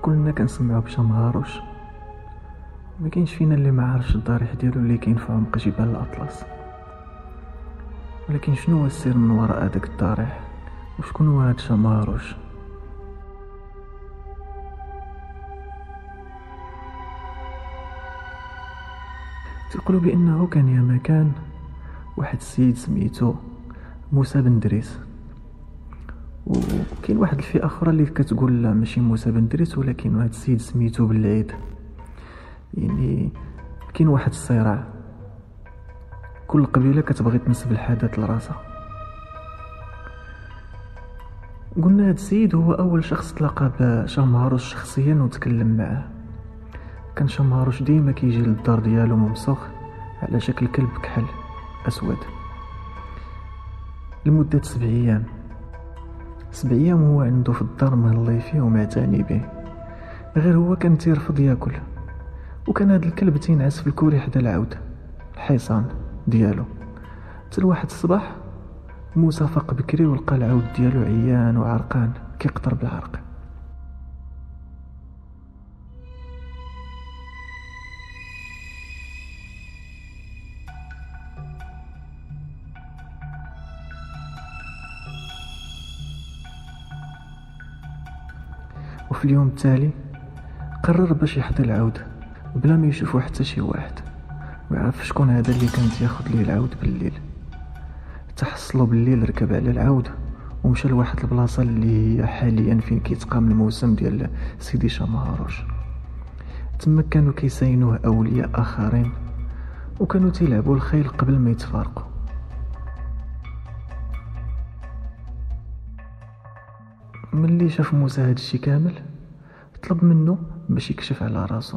كلنا كنسمعوا بشمهاروش، ما كاينش فينا اللي ما عارفش الضريح ديالو اللي كاين في عمق جبال الاطلس. ولكن شنو هو السر من وراء هذاك الضريح، وشكون هو هاد شمهاروش؟ تيقولوا بانه كان يا مكان واحد السيد سميتو موسى بن دريس، وكاين واحد الفئه اخرى اللي كتقول لا ماشي موسى بن دريس ولكن واحد السيد سميتو بالعيد. يعني كاين واحد الصراع، كل قبيله كتبغي تنسب الحدث لراسها. قلنا هاد السيد هو اول شخص تلاقى بشمهاروش شخصيا وتكلم معاه. كان شمهاروش ديما كيجي للدار ديالو ممسوخ على شكل كلب كحل اسود لمده 7 ايام. 7 ايام هو عنده في الدار مهلي فيه ومعتني به، غير هو كان تيرفض ياكل. وكان هاد الكلب تينعس في الكوري حدا العود الحصان ديالو. حتى واحد الصباح موسى فاق بكري ولقى العود ديالو عيان وعرقان كيقطر بالعرق. وفي اليوم التالي قرر باش يحضر العود بلا ما يشوفو حتى شي واحد ويعرف شكون هذا اللي كان تياخد ليه العود بالليل. تحصلوا بالليل، ركب على العود ومشى لواحد البلاصه اللي هي حاليا فين كيتقام الموسم ديال سيدي شمهاروش. تما كانوا كيساينوه اولياء اخرين وكانوا تيلعبوا الخيل قبل ما يتفارقوا. ملي شاف موسى هاد الشي كامل طلب منه باش يكشف على راسو،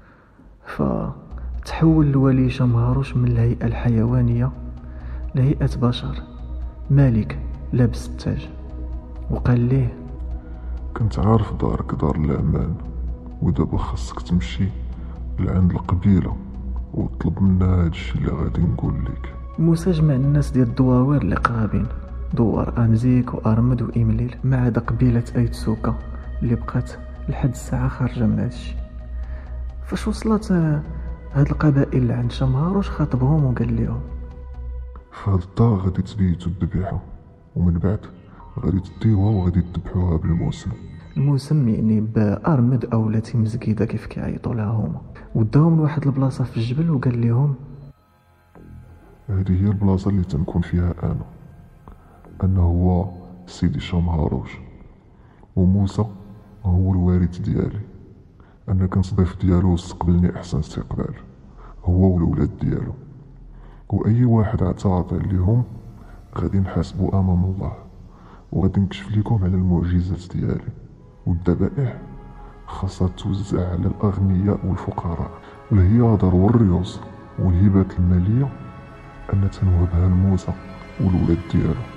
فتحول الولي شمهاروش من الهيئة الحيوانية لهيئة بشر، مالك لابس التاج. وقال ليه: كنت عارف دارك دار الامان، ودابا خاصك تمشي لعند القبيله وطلب منها هادشي اللي غادي نقول لك. موسى جمع الناس ديال الدواوير اللي قرابين، دوار امزيك وارمد وامليل، ما عدا قبيله ايتسوكا اللي بقات لحد الساعه خارجه من هادشي. فاش وصلت هاد القبائل عند شمهاروش خاطبهم وقال لهم: في هاد الدار غادي تبيتوا الذبيحه، ومن بعد غادي تديوها وغادي تذبحوها بالموسم. الموسم يعني بارمد او لاتي مزكيده كيف كيعيطوا لها هما. وداهم لواحد البلاصه في الجبل وقال لهم: هذه هي البلاصه اللي تنكون فيها انا هو سيدي شمهاروش، وموسى هو الوارث ديالي. انا كنت ضيف ديالو واستقبلني احسن استقبال، هو والولاد ديالو. واي واحد اعترض عليهم غادي نحاسبو امام الله، وغادي نكشف لكم على المعجزات ديالي. والذبائح خاصها توزع على الاغنياء والفقراء، والهياضر والريوس والهبات الماليه انا تنوهبها لموسى والولاد ديالو.